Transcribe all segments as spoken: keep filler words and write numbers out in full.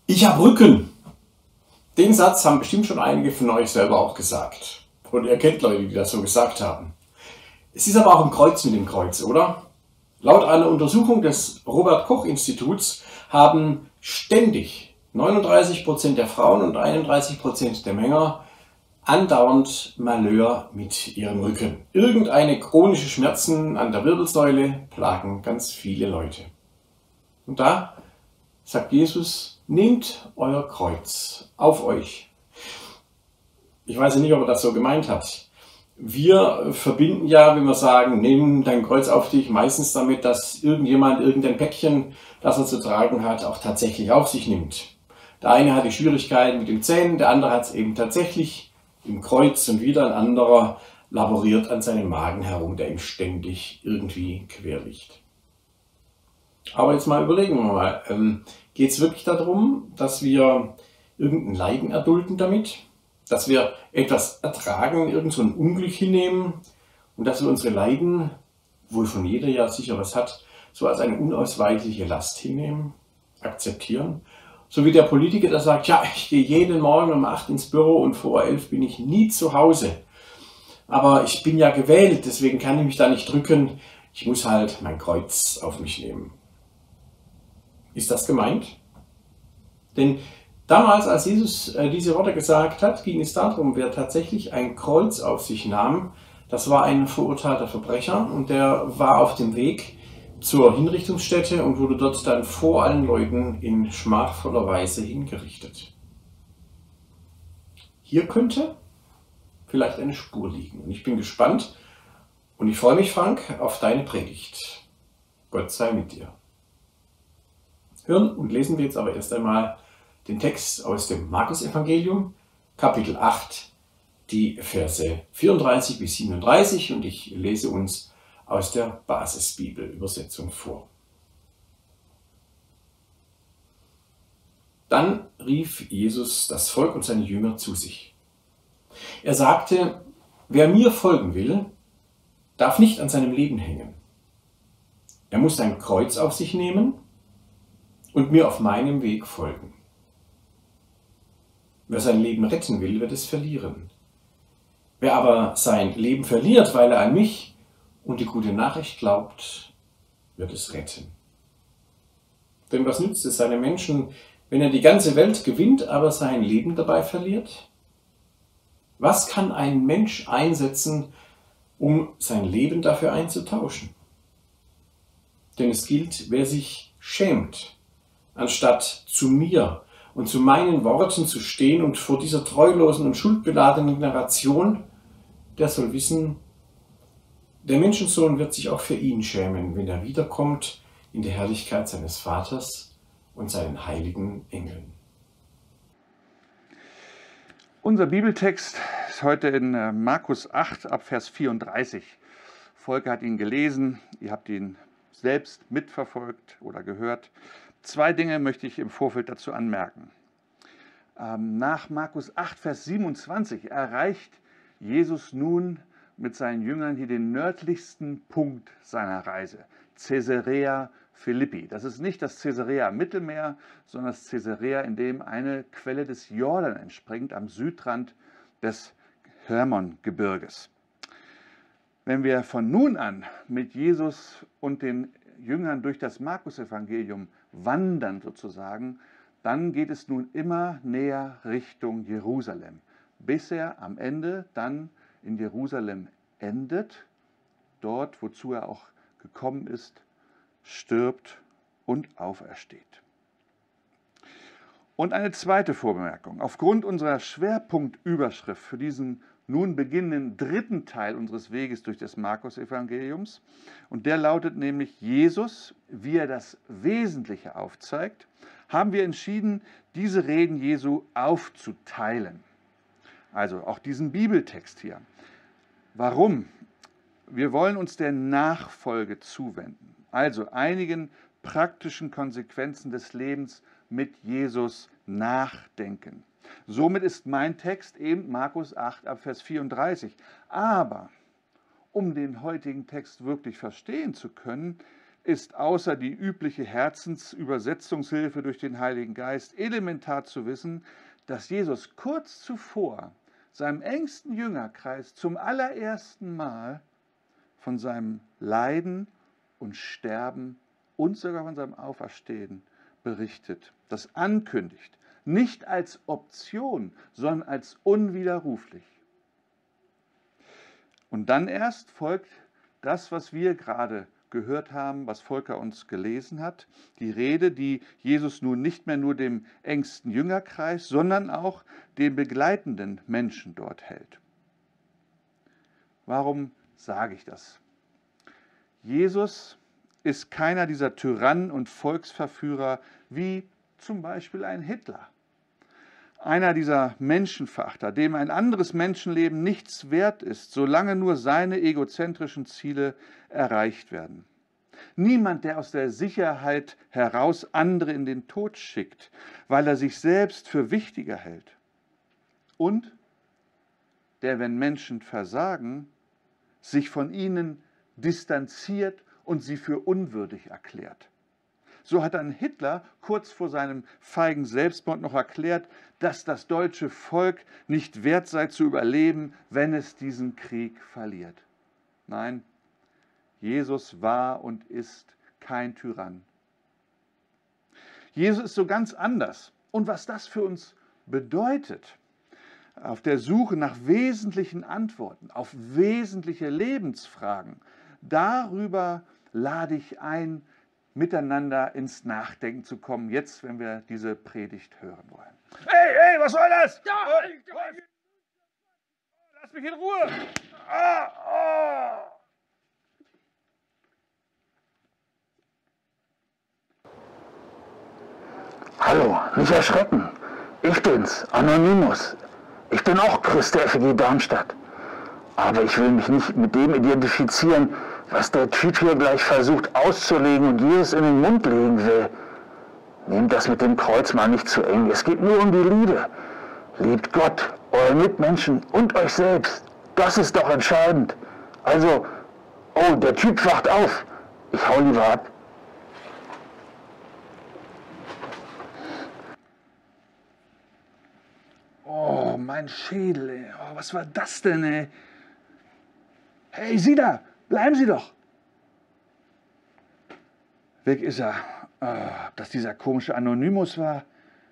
Ich habe Rücken. Den Satz haben bestimmt schon einige von euch selber auch gesagt. Und ihr kennt Leute, die das so gesagt haben. Es ist aber auch ein Kreuz mit dem Kreuz, oder? Laut einer Untersuchung des Robert-Koch-Instituts haben ständig neununddreißig Prozent der Frauen und einunddreißig Prozent der Männer andauernd Malheur mit ihrem Rücken. Irgendeine chronische Schmerzen an der Wirbelsäule plagen ganz viele Leute. Und da sagt Jesus, nehmt euer Kreuz auf euch. Ich weiß nicht, ob er das so gemeint hat. Wir verbinden ja, wenn wir sagen, nimm dein Kreuz auf dich, meistens damit, dass irgendjemand irgendein Päckchen, das er zu tragen hat, auch tatsächlich auf sich nimmt. Der eine hat die Schwierigkeiten mit den Zähnen, der andere hat es eben tatsächlich im Kreuz und wieder ein anderer laboriert an seinem Magen herum, der ihm ständig irgendwie quer liegt. Aber jetzt mal überlegen wir mal, ähm, geht es wirklich darum, dass wir irgendein Leiden erdulden damit? Dass wir etwas ertragen, irgend so ein Unglück hinnehmen und dass wir unsere Leiden, wovon jeder ja sicher was hat, so als eine unausweichliche Last hinnehmen, akzeptieren? So wie der Politiker, der sagt, ja, ich gehe jeden Morgen um acht ins Büro und vor elf bin ich nie zu Hause. Aber ich bin ja gewählt, deswegen kann ich mich da nicht drücken. Ich muss halt mein Kreuz auf mich nehmen. Ist das gemeint? Denn damals, als Jesus äh, diese Worte gesagt hat, ging es darum, wer tatsächlich ein Kreuz auf sich nahm, das war ein verurteilter Verbrecher und der war auf dem Weg zur Hinrichtungsstätte und wurde dort dann vor allen Leuten in schmachvoller Weise hingerichtet. Hier könnte vielleicht eine Spur liegen. Und ich bin gespannt und ich freue mich, Frank, auf deine Predigt. Gott sei mit dir. Hören und lesen wir jetzt aber erst einmal den Text aus dem Markus-Evangelium, Kapitel acht, die Verse vierunddreißig bis siebenunddreißig, und ich lese uns aus der Basisbibel-Übersetzung vor. Dann rief Jesus das Volk und seine Jünger zu sich. Er sagte, wer mir folgen will, darf nicht an seinem Leben hängen. Er muss sein Kreuz auf sich nehmen und mir auf meinem Weg folgen. Wer sein Leben retten will, wird es verlieren. Wer aber sein Leben verliert, weil er an mich und die gute Nachricht glaubt, wird es retten. Denn was nützt es seinem Menschen, wenn er die ganze Welt gewinnt, aber sein Leben dabei verliert? Was kann ein Mensch einsetzen, um sein Leben dafür einzutauschen? Denn es gilt, wer sich schämt, anstatt zu mir und zu meinen Worten zu stehen und vor dieser treulosen und schuldbeladenen Generation, der soll wissen, der Menschensohn wird sich auch für ihn schämen, wenn er wiederkommt in der Herrlichkeit seines Vaters und seinen heiligen Engeln. Unser Bibeltext ist heute in Markus acht ab Vers vierunddreißig. Volker hat ihn gelesen, ihr habt ihn selbst mitverfolgt oder gehört. Zwei Dinge möchte ich im Vorfeld dazu anmerken. Nach Markus acht, Vers siebenundzwanzig erreicht Jesus nun mit seinen Jüngern hier den nördlichsten Punkt seiner Reise, Caesarea Philippi. Das ist nicht das Caesarea am Mittelmeer, sondern das Caesarea, in dem eine Quelle des Jordan entspringt, am Südrand des Hermongebirges. Wenn wir von nun an mit Jesus und den Jüngern durch das Markus-Evangelium wandern sozusagen, dann geht es nun immer näher Richtung Jerusalem, bis er am Ende dann in Jerusalem endet, dort, wozu er auch gekommen ist, stirbt und aufersteht. Und eine zweite Vorbemerkung. Aufgrund unserer Schwerpunktüberschrift für diesen nun beginnenden dritten Teil unseres Weges durch das Markus-Evangeliums, und der lautet nämlich Jesus, wie er das Wesentliche aufzeigt, haben wir entschieden, diese Reden Jesu aufzuteilen. Also auch diesen Bibeltext hier. Warum? Wir wollen uns der Nachfolge zuwenden, also einigen praktischen Konsequenzen des Lebens mit Jesus nachdenken. Somit ist mein Text eben Markus acht ab Vers vierunddreißig. Aber um den heutigen Text wirklich verstehen zu können, ist außer die übliche Herzensübersetzungshilfe durch den Heiligen Geist elementar zu wissen, dass Jesus kurz zuvor seinem engsten Jüngerkreis zum allerersten Mal von seinem Leiden und Sterben und sogar von seinem Auferstehen berichtet, das ankündigt, nicht als Option, sondern als unwiderruflich. Und dann erst folgt das, was wir gerade gehört haben, was Volker uns gelesen hat, die Rede, die Jesus nun nicht mehr nur dem engsten Jüngerkreis, sondern auch den begleitenden Menschen dort hält. Warum sage ich das? Jesus ist keiner dieser Tyrannen und Volksverführer wie zum Beispiel ein Hitler. Einer dieser Menschenverachter, dem ein anderes Menschenleben nichts wert ist, solange nur seine egozentrischen Ziele erreicht werden. Niemand, der aus der Sicherheit heraus andere in den Tod schickt, weil er sich selbst für wichtiger hält. Und der, wenn Menschen versagen, sich von ihnen distanziert und sie für unwürdig erklärt. So hat ein Hitler kurz vor seinem feigen Selbstmord noch erklärt, dass das deutsche Volk nicht wert sei zu überleben, wenn es diesen Krieg verliert. Nein, Jesus war und ist kein Tyrann. Jesus ist so ganz anders. Und was das für uns bedeutet, auf der Suche nach wesentlichen Antworten, auf wesentliche Lebensfragen, darüber lade ich ein, miteinander ins Nachdenken zu kommen, jetzt, wenn wir diese Predigt hören wollen. Hey, hey, was soll das? Ja, oh, lass mich in Ruhe! Ah, oh. Hallo, nicht erschrecken. Ich bin's, Anonymous. Ich bin auch Christ der F E G Darmstadt. Aber ich will mich nicht mit dem identifizieren, was der Typ hier gleich versucht auszulegen und Jesus in den Mund legen will. Nehmt das mit dem Kreuz mal nicht zu eng. Es geht nur um die Liebe. Liebt Gott, eure Mitmenschen und euch selbst. Das ist doch entscheidend. Also, oh, der Typ wacht auf. Ich hau lieber ab. Oh, mein Schädel, ey. Oh, was war das denn, ey? Hey, Sie da! Bleiben Sie doch! Weg ist er. Oh, ob das dieser komische Anonymous war?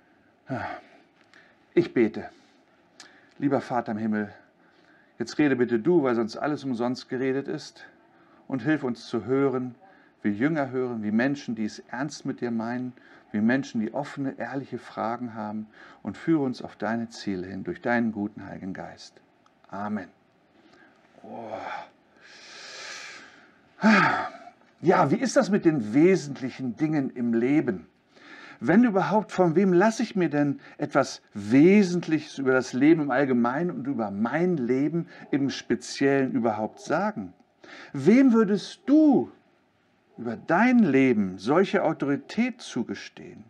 Ich bete. Lieber Vater im Himmel, jetzt rede bitte du, weil sonst alles umsonst geredet ist. Und hilf uns zu hören, wie Jünger hören, wie Menschen, die es ernst mit dir meinen, wie Menschen, die offene, ehrliche Fragen haben. Und führe uns auf deine Ziele hin, durch deinen guten Heiligen Geist. Amen. Oh. Ja, wie ist das mit den wesentlichen Dingen im Leben? Wenn überhaupt, von wem lasse ich mir denn etwas Wesentliches über das Leben im Allgemeinen und über mein Leben im Speziellen überhaupt sagen? Wem würdest du über dein Leben solche Autorität zugestehen?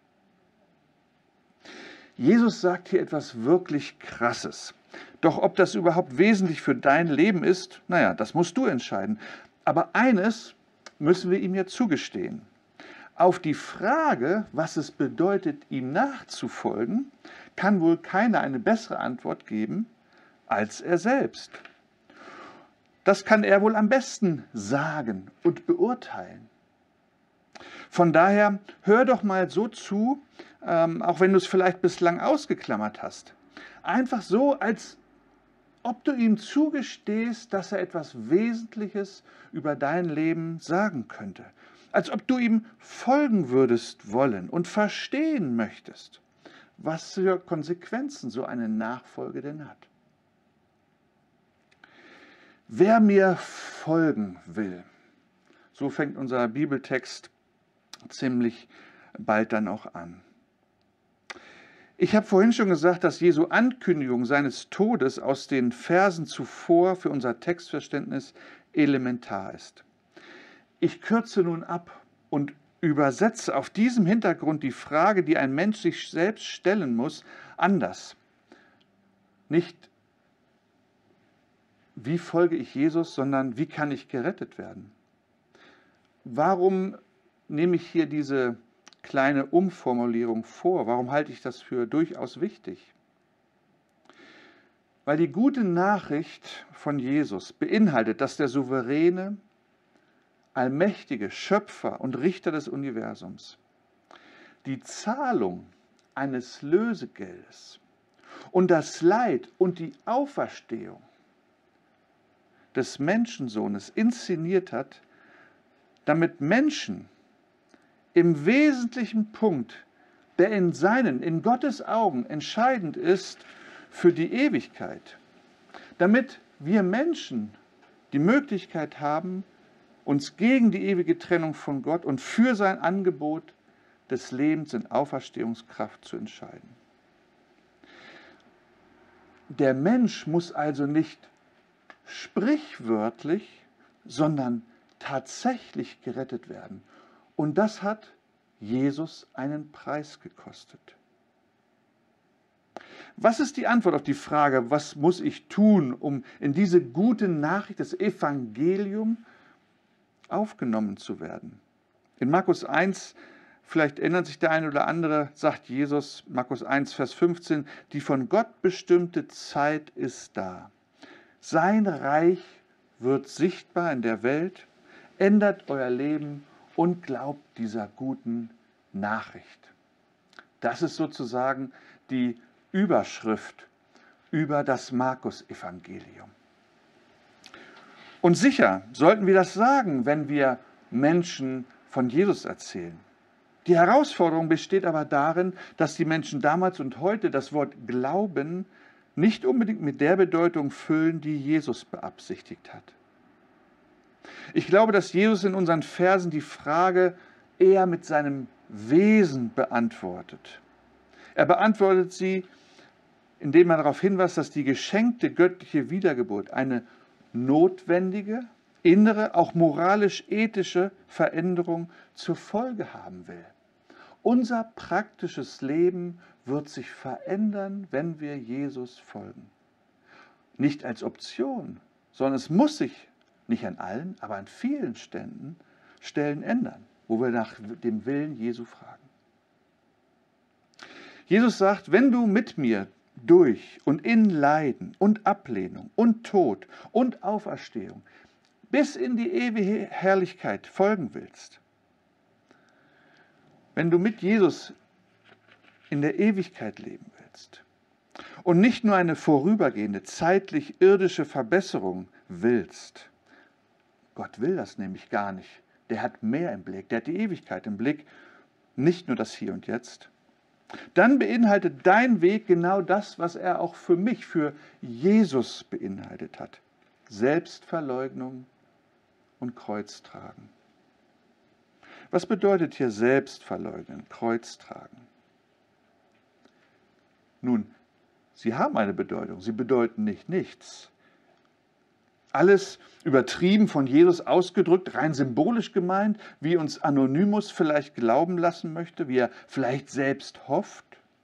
Jesus sagt hier etwas wirklich Krasses. Doch ob das überhaupt wesentlich für dein Leben ist, naja, das musst du entscheiden. Aber eines müssen wir ihm ja zugestehen. Auf die Frage, was es bedeutet, ihm nachzufolgen, kann wohl keiner eine bessere Antwort geben als er selbst. Das kann er wohl am besten sagen und beurteilen. Von daher hör doch mal so zu, ähm, auch wenn du es vielleicht bislang ausgeklammert hast. Einfach so, als ob du ihm zugestehst, dass er etwas Wesentliches über dein Leben sagen könnte. Als ob du ihm folgen würdest wollen und verstehen möchtest, was für Konsequenzen so eine Nachfolge denn hat. Wer mir folgen will, so fängt unser Bibeltext ziemlich bald dann auch an. Ich habe vorhin schon gesagt, dass Jesu Ankündigung seines Todes aus den Versen zuvor für unser Textverständnis elementar ist. Ich kürze nun ab und übersetze auf diesem Hintergrund die Frage, die ein Mensch sich selbst stellen muss, anders. Nicht, wie folge ich Jesus, sondern wie kann ich gerettet werden? Warum nehme ich hier diese kleine Umformulierung vor? Warum halte ich das für durchaus wichtig? Weil die gute Nachricht von Jesus beinhaltet, dass der souveräne, allmächtige Schöpfer und Richter des Universums die Zahlung eines Lösegeldes und das Leid und die Auferstehung des Menschensohnes inszeniert hat, damit Menschen im wesentlichen Punkt, der in seinen, in Gottes Augen entscheidend ist für die Ewigkeit, damit wir Menschen die Möglichkeit haben, uns gegen die ewige Trennung von Gott und für sein Angebot des Lebens in Auferstehungskraft zu entscheiden. Der Mensch muss also nicht sprichwörtlich, sondern tatsächlich gerettet werden. Und das hat Jesus einen Preis gekostet. Was ist die Antwort auf die Frage, was muss ich tun, um in diese gute Nachricht, das Evangelium, aufgenommen zu werden? In Markus eins, vielleicht erinnert sich der eine oder andere, sagt Jesus, Markus eins, Vers fünfzehn, die von Gott bestimmte Zeit ist da. Sein Reich wird sichtbar in der Welt, ändert euer Leben und glaubt dieser guten Nachricht. Das ist sozusagen die Überschrift über das Markus-Evangelium. Und sicher sollten wir das sagen, wenn wir Menschen von Jesus erzählen. Die Herausforderung besteht aber darin, dass die Menschen damals und heute das Wort Glauben nicht unbedingt mit der Bedeutung füllen, die Jesus beabsichtigt hat. Ich glaube, dass Jesus in unseren Versen die Frage eher mit seinem Wesen beantwortet. Er beantwortet sie, indem er darauf hinweist, dass die geschenkte göttliche Wiedergeburt eine notwendige, innere, auch moralisch-ethische Veränderung zur Folge haben will. Unser praktisches Leben wird sich verändern, wenn wir Jesus folgen. Nicht als Option, sondern es muss sich nicht an allen, aber an vielen Ständen, Stellen ändern, wo wir nach dem Willen Jesu fragen. Jesus sagt, wenn du mit mir durch und in Leiden und Ablehnung und Tod und Auferstehung bis in die ewige Herrlichkeit folgen willst, wenn du mit Jesus in der Ewigkeit leben willst und nicht nur eine vorübergehende, zeitlich irdische Verbesserung willst, Gott will das nämlich gar nicht. Der hat mehr im Blick, der hat die Ewigkeit im Blick, nicht nur das Hier und Jetzt. Dann beinhaltet dein Weg genau das, was er auch für mich, für Jesus beinhaltet hat. Selbstverleugnung und Kreuz tragen. Was bedeutet hier Selbstverleugnen, Kreuz tragen? Nun, sie haben eine Bedeutung, sie bedeuten nicht nichts. Alles übertrieben von Jesus ausgedrückt, rein symbolisch gemeint, wie uns Anonymus vielleicht glauben lassen möchte, wie er vielleicht selbst hofft.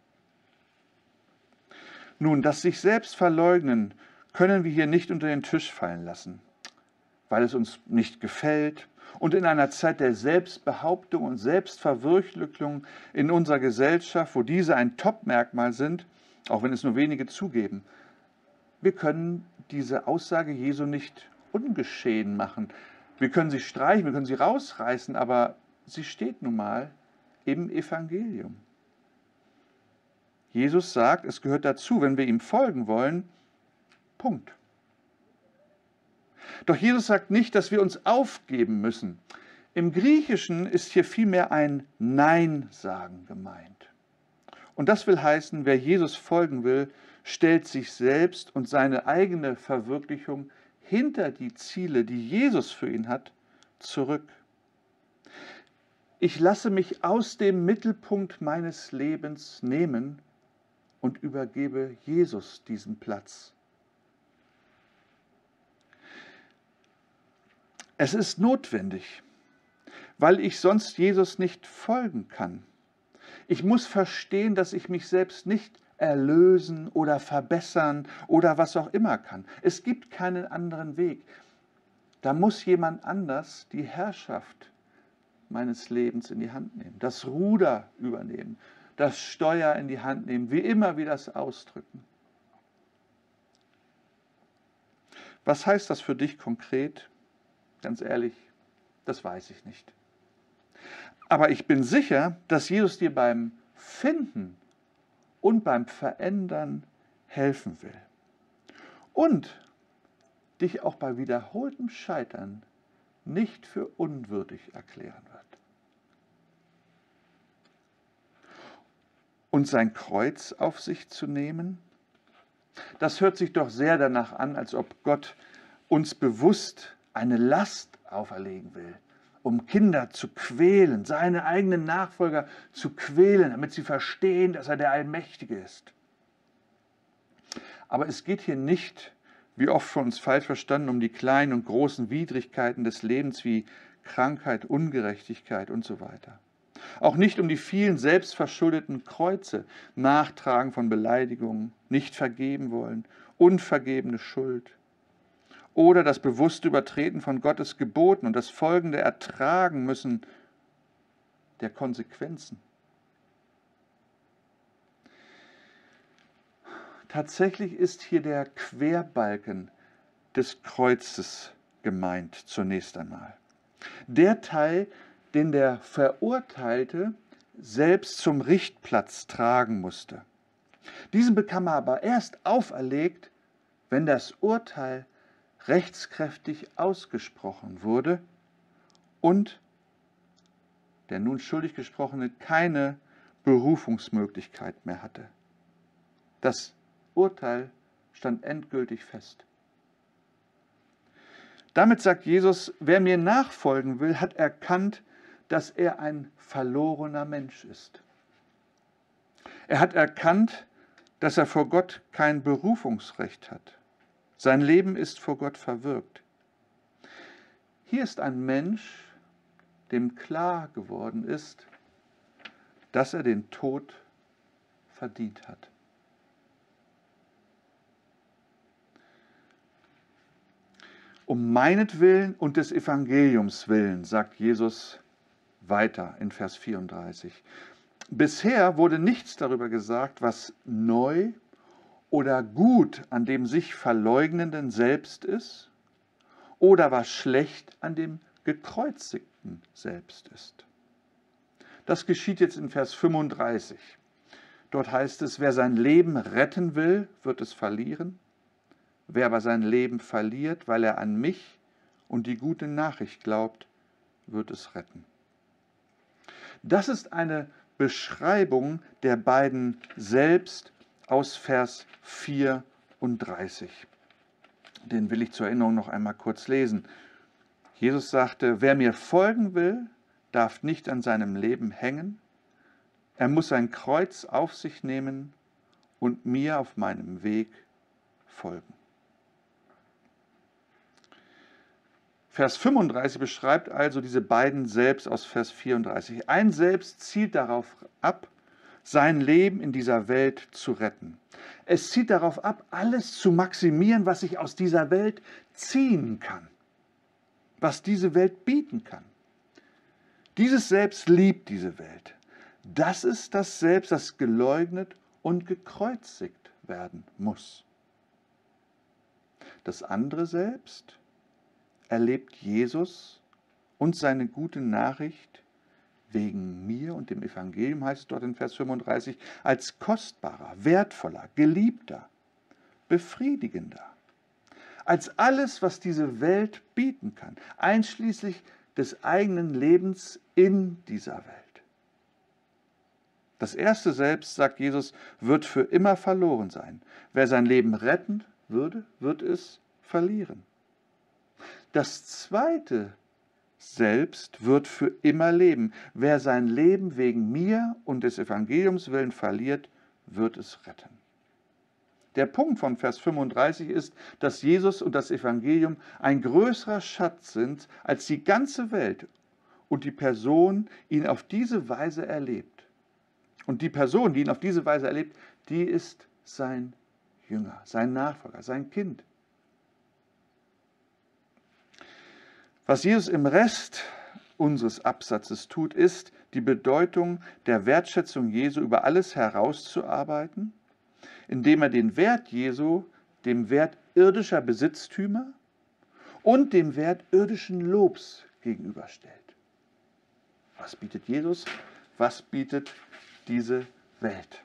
Nun, das sich selbst verleugnen können wir hier nicht unter den Tisch fallen lassen, weil es uns nicht gefällt und in einer Zeit der Selbstbehauptung und Selbstverwirklichung in unserer Gesellschaft, wo diese ein Topmerkmal sind, auch wenn es nur wenige zugeben, wir können diese Aussage Jesu nicht ungeschehen machen. Wir können sie streichen, wir können sie rausreißen, aber sie steht nun mal im Evangelium. Jesus sagt, es gehört dazu, wenn wir ihm folgen wollen, Punkt. Doch Jesus sagt nicht, dass wir uns aufgeben müssen. Im Griechischen ist hier vielmehr ein Nein-Sagen gemeint. Und das will heißen, wer Jesus folgen will, stellt sich selbst und seine eigene Verwirklichung hinter die Ziele, die Jesus für ihn hat, zurück. Ich lasse mich aus dem Mittelpunkt meines Lebens nehmen und übergebe Jesus diesen Platz. Es ist notwendig, weil ich sonst Jesus nicht folgen kann. Ich muss verstehen, dass ich mich selbst nicht erlösen oder verbessern oder was auch immer kann. Es gibt keinen anderen Weg. Da muss jemand anders die Herrschaft meines Lebens in die Hand nehmen, das Ruder übernehmen, das Steuer in die Hand nehmen, wie immer wir das ausdrücken. Was heißt das für dich konkret? Ganz ehrlich, das weiß ich nicht. Aber ich bin sicher, dass Jesus dir beim Finden und beim Verändern helfen will. Und dich auch bei wiederholtem Scheitern nicht für unwürdig erklären wird. Und sein Kreuz auf sich zu nehmen, das hört sich doch sehr danach an, als ob Gott uns bewusst eine Last auferlegen will, um Kinder zu quälen, seine eigenen Nachfolger zu quälen, damit sie verstehen, dass er der Allmächtige ist. Aber es geht hier nicht, wie oft von uns falsch verstanden, um die kleinen und großen Widrigkeiten des Lebens wie Krankheit, Ungerechtigkeit und so weiter. Auch nicht um die vielen selbstverschuldeten Kreuze, Nachtragen von Beleidigungen, nicht vergeben wollen, unvergebene Schuld oder das bewusste Übertreten von Gottes Geboten und das folgende Ertragen müssen der Konsequenzen. Tatsächlich ist hier der Querbalken des Kreuzes gemeint, zunächst einmal. Der Teil, den der Verurteilte selbst zum Richtplatz tragen musste. Diesen bekam er aber erst auferlegt, wenn das Urteil rechtskräftig ausgesprochen wurde und der nun schuldig Gesprochene keine Berufungsmöglichkeit mehr hatte. Das Urteil stand endgültig fest. Damit sagt Jesus, wer mir nachfolgen will, hat erkannt, dass er ein verlorener Mensch ist. Er hat erkannt, dass er vor Gott kein Berufungsrecht hat. Sein Leben ist vor Gott verwirkt. Hier ist ein Mensch, dem klar geworden ist, dass er den Tod verdient hat. Um meinetwillen und des Evangeliums willen, sagt Jesus weiter in Vers vierunddreißig. Bisher wurde nichts darüber gesagt, was neu oder gut an dem sich Verleugnenden selbst ist oder was schlecht an dem Gekreuzigten selbst ist. Das geschieht jetzt in Vers fünfunddreißig. Dort heißt es, wer sein Leben retten will, wird es verlieren. Wer aber sein Leben verliert, weil er an mich und die gute Nachricht glaubt, wird es retten. Das ist eine Beschreibung der beiden selbst aus Vers vierunddreißig. Den will ich zur Erinnerung noch einmal kurz lesen. Jesus sagte, wer mir folgen will, darf nicht an seinem Leben hängen. Er muss sein Kreuz auf sich nehmen und mir auf meinem Weg folgen. Vers fünfunddreißig beschreibt also diese beiden Selbst aus Vers vierunddreißig. Ein Selbst zielt darauf ab, sein Leben in dieser Welt zu retten. Es zielt darauf ab, alles zu maximieren, was ich aus dieser Welt ziehen kann, was diese Welt bieten kann. Dieses Selbst liebt diese Welt. Das ist das Selbst, das geleugnet und gekreuzigt werden muss. Das andere Selbst erlebt Jesus und seine gute Nachricht wegen mir und dem Evangelium, heißt es dort in Vers fünfunddreißig, als kostbarer, wertvoller, geliebter, befriedigender, als alles, was diese Welt bieten kann, einschließlich des eigenen Lebens in dieser Welt. Das erste Selbst, sagt Jesus, wird für immer verloren sein. Wer sein Leben retten würde, wird es verlieren. Das zweite Selbst wird für immer leben. Wer sein Leben wegen mir und des Evangeliums willen verliert, wird es retten. Der Punkt von Vers fünfunddreißig ist, dass Jesus und das Evangelium ein größerer Schatz sind, als die ganze Welt und die Person ihn auf diese Weise erlebt. Und die Person, die ihn auf diese Weise erlebt, die ist sein Jünger, sein Nachfolger, sein Kind. Was Jesus im Rest unseres Absatzes tut, ist, die Bedeutung der Wertschätzung Jesu über alles herauszuarbeiten, indem er den Wert Jesu dem Wert irdischer Besitztümer und dem Wert irdischen Lobs gegenüberstellt. Was bietet Jesus? Was bietet diese Welt?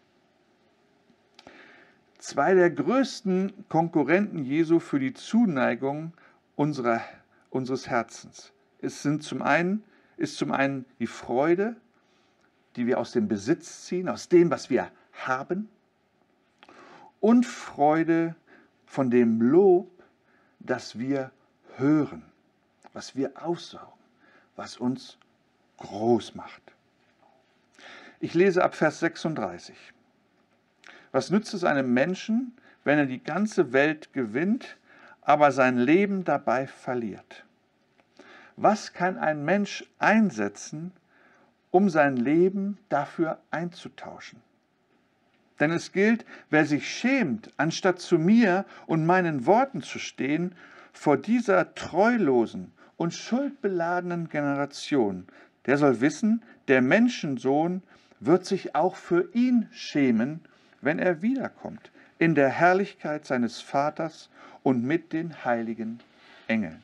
Zwei der größten Konkurrenten Jesu für die Zuneigung unserer, unseres Herzens es sind zum einen, ist zum einen die Freude, die wir aus dem Besitz ziehen, aus dem, was wir haben, und Freude von dem Lob, das wir hören, was wir aussaugen, was uns groß macht. Ich lese ab Vers sechsunddreißig. Was nützt es einem Menschen, wenn er die ganze Welt gewinnt, aber sein Leben dabei verliert? Was kann ein Mensch einsetzen, um sein Leben dafür einzutauschen? Denn es gilt, wer sich schämt, anstatt zu mir und meinen Worten zu stehen, vor dieser treulosen und schuldbeladenen Generation, der soll wissen, der Menschensohn wird sich auch für ihn schämen, wenn er wiederkommt, in der Herrlichkeit seines Vaters und mit den heiligen Engeln.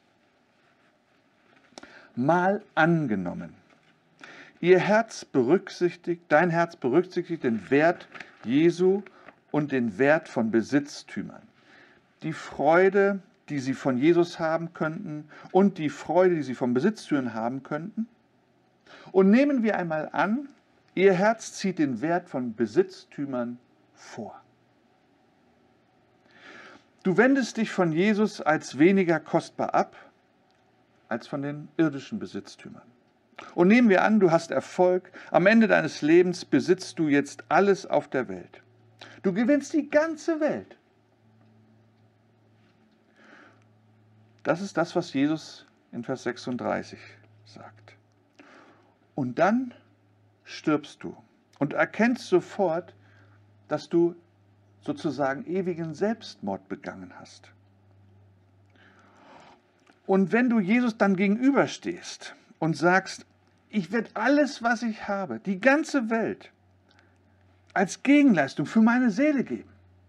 Mal angenommen, ihr Herz berücksichtigt, dein Herz berücksichtigt den Wert Jesu und den Wert von Besitztümern. Die Freude, die sie von Jesus haben könnten und die Freude, die sie von Besitztümern haben könnten. Und nehmen wir einmal an, ihr Herz zieht den Wert von Besitztümern vor. Du wendest dich von Jesus als weniger kostbar ab, als von den irdischen Besitztümern. Und nehmen wir an, du hast Erfolg, am Ende deines Lebens besitzt du jetzt alles auf der Welt. Du gewinnst die ganze Welt. Das ist das, was Jesus in Vers sechsunddreißig sagt. Und dann stirbst du und erkennst sofort, dass du sozusagen ewigen Selbstmord begangen hast. Und wenn du Jesus dann gegenüberstehst und sagst, ich werde alles, was ich habe, die ganze Welt, als Gegenleistung für meine Seele geben,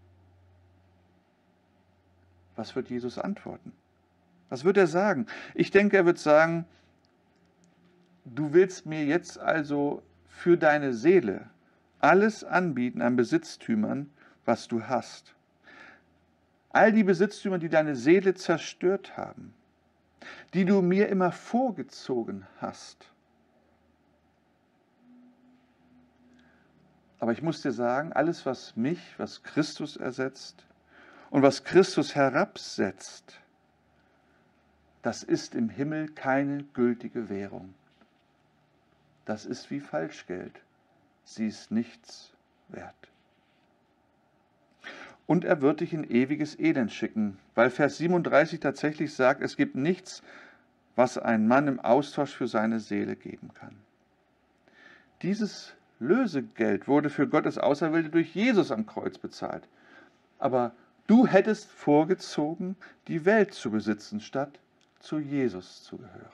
was wird Jesus antworten? Was wird er sagen? Ich denke, er wird sagen, du willst mir jetzt also für deine Seele alles anbieten an Besitztümern, was du hast. All die Besitztümer, die deine Seele zerstört haben, die du mir immer vorgezogen hast. Aber ich muss dir sagen, alles, was mich, was Christus ersetzt und was Christus herabsetzt, das ist im Himmel keine gültige Währung. Das ist wie Falschgeld. Sie ist nichts wert. Und er wird dich in ewiges Elend schicken, weil Vers siebenunddreißig tatsächlich sagt, es gibt nichts, was ein Mann im Austausch für seine Seele geben kann. Dieses Lösegeld wurde für Gottes Auserwählte durch Jesus am Kreuz bezahlt. Aber du hättest vorgezogen, die Welt zu besitzen, statt zu Jesus zu gehören.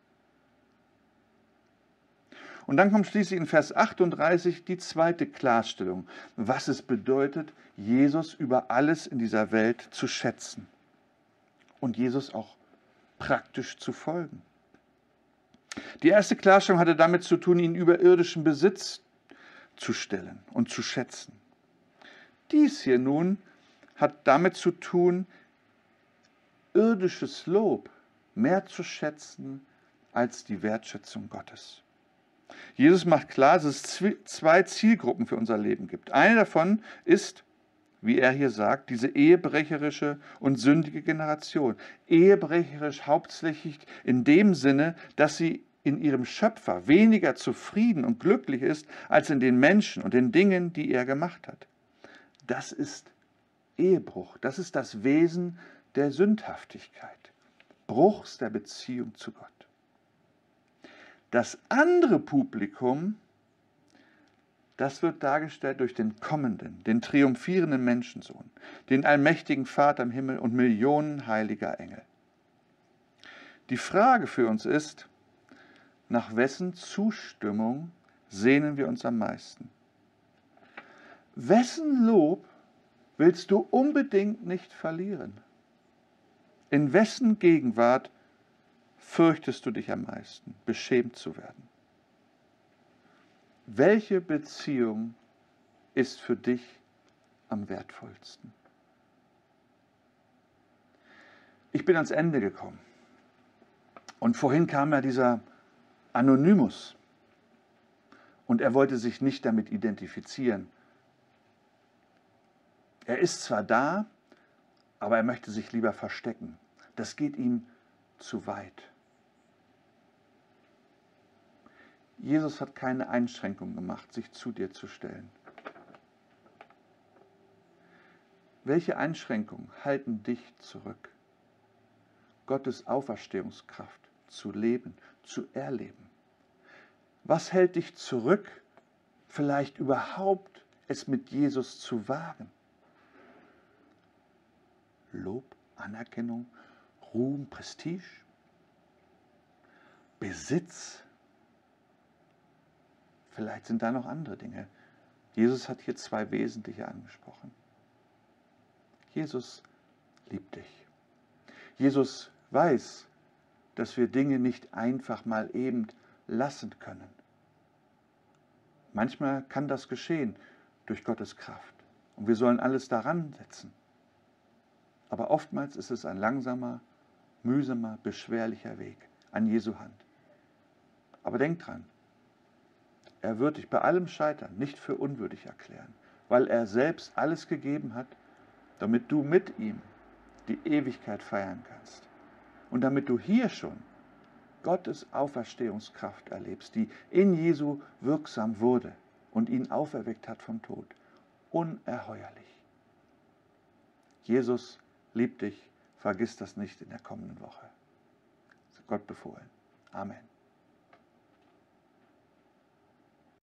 Und dann kommt schließlich in Vers achtunddreißig die zweite Klarstellung, was es bedeutet, Jesus über alles in dieser Welt zu schätzen und Jesus auch praktisch zu folgen. Die erste Klarstellung hatte damit zu tun, ihn über irdischen Besitz zu stellen und zu schätzen. Dies hier nun hat damit zu tun, irdisches Lob mehr zu schätzen als die Wertschätzung Gottes. Jesus macht klar, dass es zwei Zielgruppen für unser Leben gibt. Eine davon ist, wie er hier sagt, diese ehebrecherische und sündige Generation. Ehebrecherisch hauptsächlich in dem Sinne, dass sie in ihrem Schöpfer weniger zufrieden und glücklich ist, als in den Menschen und den Dingen, die er gemacht hat. Das ist Ehebruch. Das ist das Wesen der Sündhaftigkeit. Bruchs der Beziehung zu Gott. Das andere Publikum, das wird dargestellt durch den kommenden, den triumphierenden Menschensohn, den allmächtigen Vater im Himmel und Millionen heiliger Engel. Die Frage für uns ist, Nach wessen Zustimmung sehnen wir uns am meisten? Wessen Lob willst du unbedingt nicht verlieren? In wessen Gegenwart fürchtest du dich am meisten, beschämt zu werden? Welche Beziehung ist für dich am wertvollsten? Ich bin ans Ende gekommen. Und vorhin kam ja dieser Anonymus. Und er wollte sich nicht damit identifizieren. Er ist zwar da, aber er möchte sich lieber verstecken. Das geht ihm zu weit. Jesus hat keine Einschränkung gemacht, sich zu dir zu stellen. Welche Einschränkungen halten dich zurück, Gottes Auferstehungskraft zu leben, zu erleben? Was hält dich zurück, vielleicht überhaupt es mit Jesus zu wagen? Lob, Anerkennung, Ruhm, Prestige, Besitz? Vielleicht sind da noch andere Dinge. Jesus hat hier zwei wesentliche angesprochen. Jesus liebt dich. Jesus weiß, dass wir Dinge nicht einfach mal eben lassen können. Manchmal kann das geschehen durch Gottes Kraft. Und wir sollen alles daran setzen. Aber oftmals ist es ein langsamer, mühsamer, beschwerlicher Weg an Jesu Hand. Aber denk dran, er wird dich bei allem Scheitern nicht für unwürdig erklären, weil er selbst alles gegeben hat, damit du mit ihm die Ewigkeit feiern kannst. Und damit du hier schon Gottes Auferstehungskraft erlebst, die in Jesu wirksam wurde und ihn auferweckt hat vom Tod. Unerheuerlich. Jesus liebt dich, vergiss das nicht in der kommenden Woche. Gott befohlen. Amen.